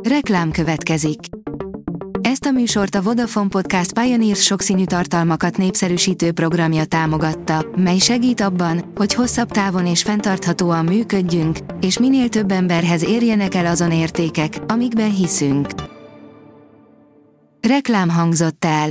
Reklám következik. Ezt a műsort a Vodafone Podcast Pioneers sokszínű tartalmakat népszerűsítő programja támogatta, mely segít abban, hogy hosszabb távon és fenntarthatóan működjünk, és minél több emberhez érjenek el azon értékek, amikben hiszünk. Reklám hangzott el.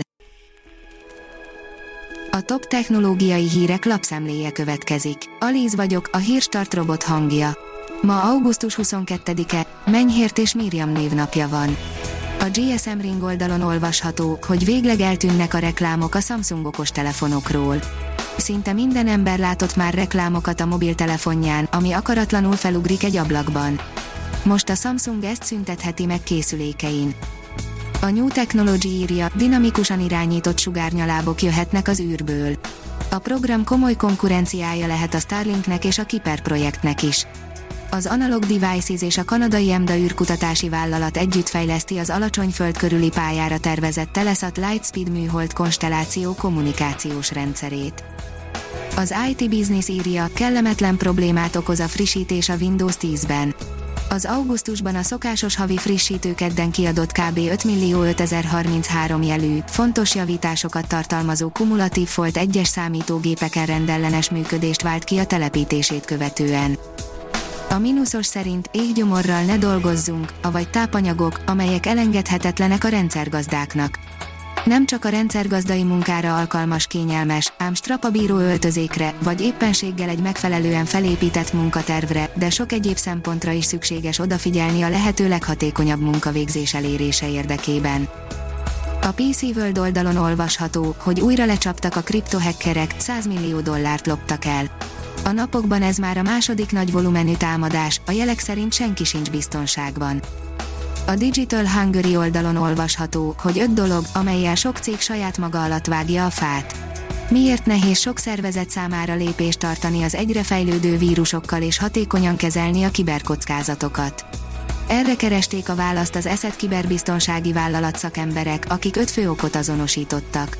A top technológiai hírek lapszemléje következik. Alíz vagyok, a Hírstart robot hangja. Ma augusztus 22-e, Menyhért és Mirjam névnapja van. A GSM Ring oldalon olvasható, hogy végleg eltűnnek a reklámok a Samsung okostelefonokról. Szinte minden ember látott már reklámokat a mobiltelefonján, ami akaratlanul felugrik egy ablakban. Most a Samsung ezt szüntetheti meg készülékein. A New Technology írja, dinamikusan irányított sugárnyalábok jöhetnek az űrből. A program komoly konkurenciája lehet a Starlinknek és a Kuiper projektnek is. Az Analog Devices és a kanadai EMDA űrkutatási vállalat együtt fejleszti az alacsony föld körüli pályára tervezett Telesat Lightspeed műhold konstelláció kommunikációs rendszerét. Az IT Business írja, kellemetlen problémát okoz a frissítés a Windows 10-ben. Az augusztusban a szokásos havi frissítő kedden kiadott kb. 5.005.033 jelű, fontos javításokat tartalmazó kumulatív folt egyes számítógépeken rendellenes működést vált ki a telepítését követően. A mínuszos szerint éggyomorral ne dolgozzunk, avagy tápanyagok, amelyek elengedhetetlenek a rendszergazdáknak. Nem csak a rendszergazdai munkára alkalmas kényelmes, ám strapabíró öltözékre, vagy éppenséggel egy megfelelően felépített munkatervre, de sok egyéb szempontra is szükséges odafigyelni a lehető leghatékonyabb munkavégzés elérése érdekében. A PC World oldalon olvasható, hogy újra lecsaptak a kriptohackerek, $100 millió loptak el. A napokban ez már a második nagy volumenű támadás, a jelek szerint senki sincs biztonságban. A Digital Hungary oldalon olvasható, hogy 5 dolog, amellyel sok cég saját maga alatt vágja a fát. Miért nehéz sok szervezet számára lépést tartani az egyre fejlődő vírusokkal és hatékonyan kezelni a kiberkockázatokat? Erre keresték a választ az ESET kiberbiztonsági vállalat szakemberek, akik 5 fő okot azonosítottak.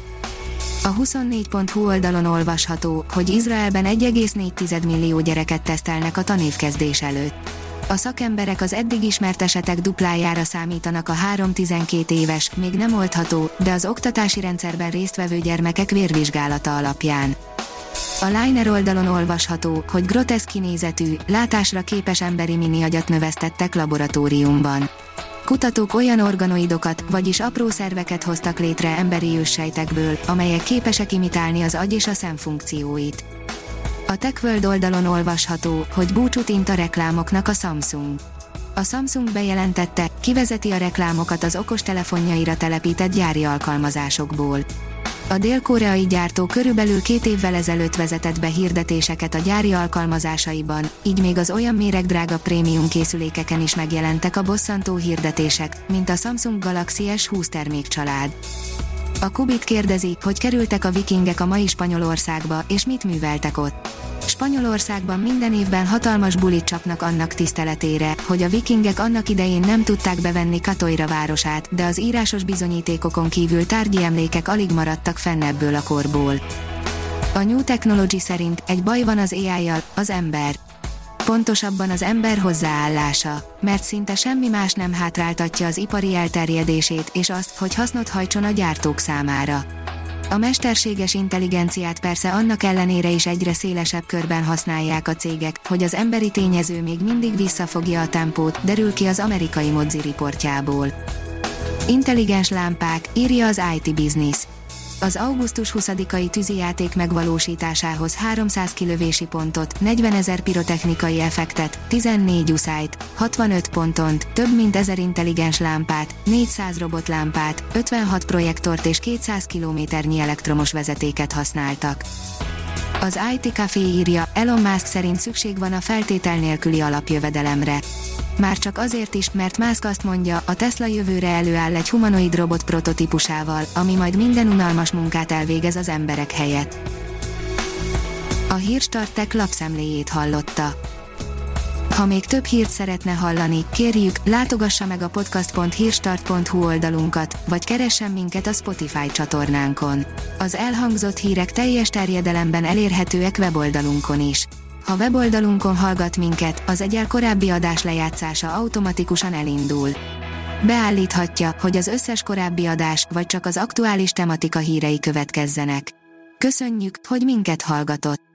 A 24.hu oldalon olvasható, hogy Izraelben 1,4 millió gyereket tesztelnek a tanévkezdés előtt. A szakemberek az eddig ismert esetek duplájára számítanak a 3-12 éves, még nem oldható, de az oktatási rendszerben résztvevő gyermekek vérvizsgálata alapján. A Liner oldalon olvasható, hogy groteszk kinézetű, látásra képes emberi miniagyat növesztettek laboratóriumban. Kutatók olyan organoidokat, vagyis apró szerveket hoztak létre emberi őssejtekből, amelyek képesek imitálni az agy és a szem funkcióit. A TechWorld oldalon olvasható, hogy búcsút int a reklámoknak a Samsung. A Samsung bejelentette, kivezeti a reklámokat az okostelefonjaira telepített gyári alkalmazásokból. A dél-koreai gyártó körülbelül 2 évvel ezelőtt vezetett be hirdetéseket a gyári alkalmazásaiban, így még az olyan méregdrága prémium készülékeken is megjelentek a bosszantó hirdetések, mint a Samsung Galaxy S20 termékcsalád. A Kubit kérdezi, hogy kerültek a vikingek a mai Spanyolországba, és mit műveltek ott. Spanyolországban minden évben hatalmas bulit csapnak annak tiszteletére, hogy a vikingek annak idején nem tudták bevenni Katoira városát, de az írásos bizonyítékokon kívül tárgyi emlékek alig maradtak fenn ebből a korból. A New Technology szerint egy baj van az AI-jal, az ember. Pontosabban az ember hozzáállása, mert szinte semmi más nem hátráltatja az ipari elterjedését és azt, hogy hasznot hajtson a gyártók számára. A mesterséges intelligenciát persze annak ellenére is egyre szélesebb körben használják a cégek, hogy az emberi tényező még mindig visszafogja a tempót, derül ki az amerikai Mozi riportjából. Intelligens lámpák, írja az IT Business. Az augusztus 20-ai tűzijáték megvalósításához 300 kilövési pontot, 40 000 pirotechnikai effektet, 14 USAIT, 65 ponton, több mint 1000 intelligens lámpát, 400 robotlámpát, 56 projektort és 200 kilométernyi elektromos vezetéket használtak. Az IT Café írja, Elon Musk szerint szükség van a feltétel nélküli alapjövedelemre. Már csak azért is, mert Musk azt mondja, a Tesla jövőre előáll egy humanoid robot prototípusával, ami majd minden unalmas munkát elvégez az emberek helyett. A Hírstart Tech lapszemléjét hallotta. Ha még több hírt szeretne hallani, kérjük, látogassa meg a podcast.hírstart.hu oldalunkat, vagy keressen minket a Spotify csatornánkon. Az elhangzott hírek teljes terjedelemben elérhetőek weboldalunkon is. Ha weboldalunkon hallgat minket, az egyel korábbi adás lejátszása automatikusan elindul. Beállíthatja, hogy az összes korábbi adás, vagy csak az aktuális tematika hírei következzenek. Köszönjük, hogy minket hallgatott!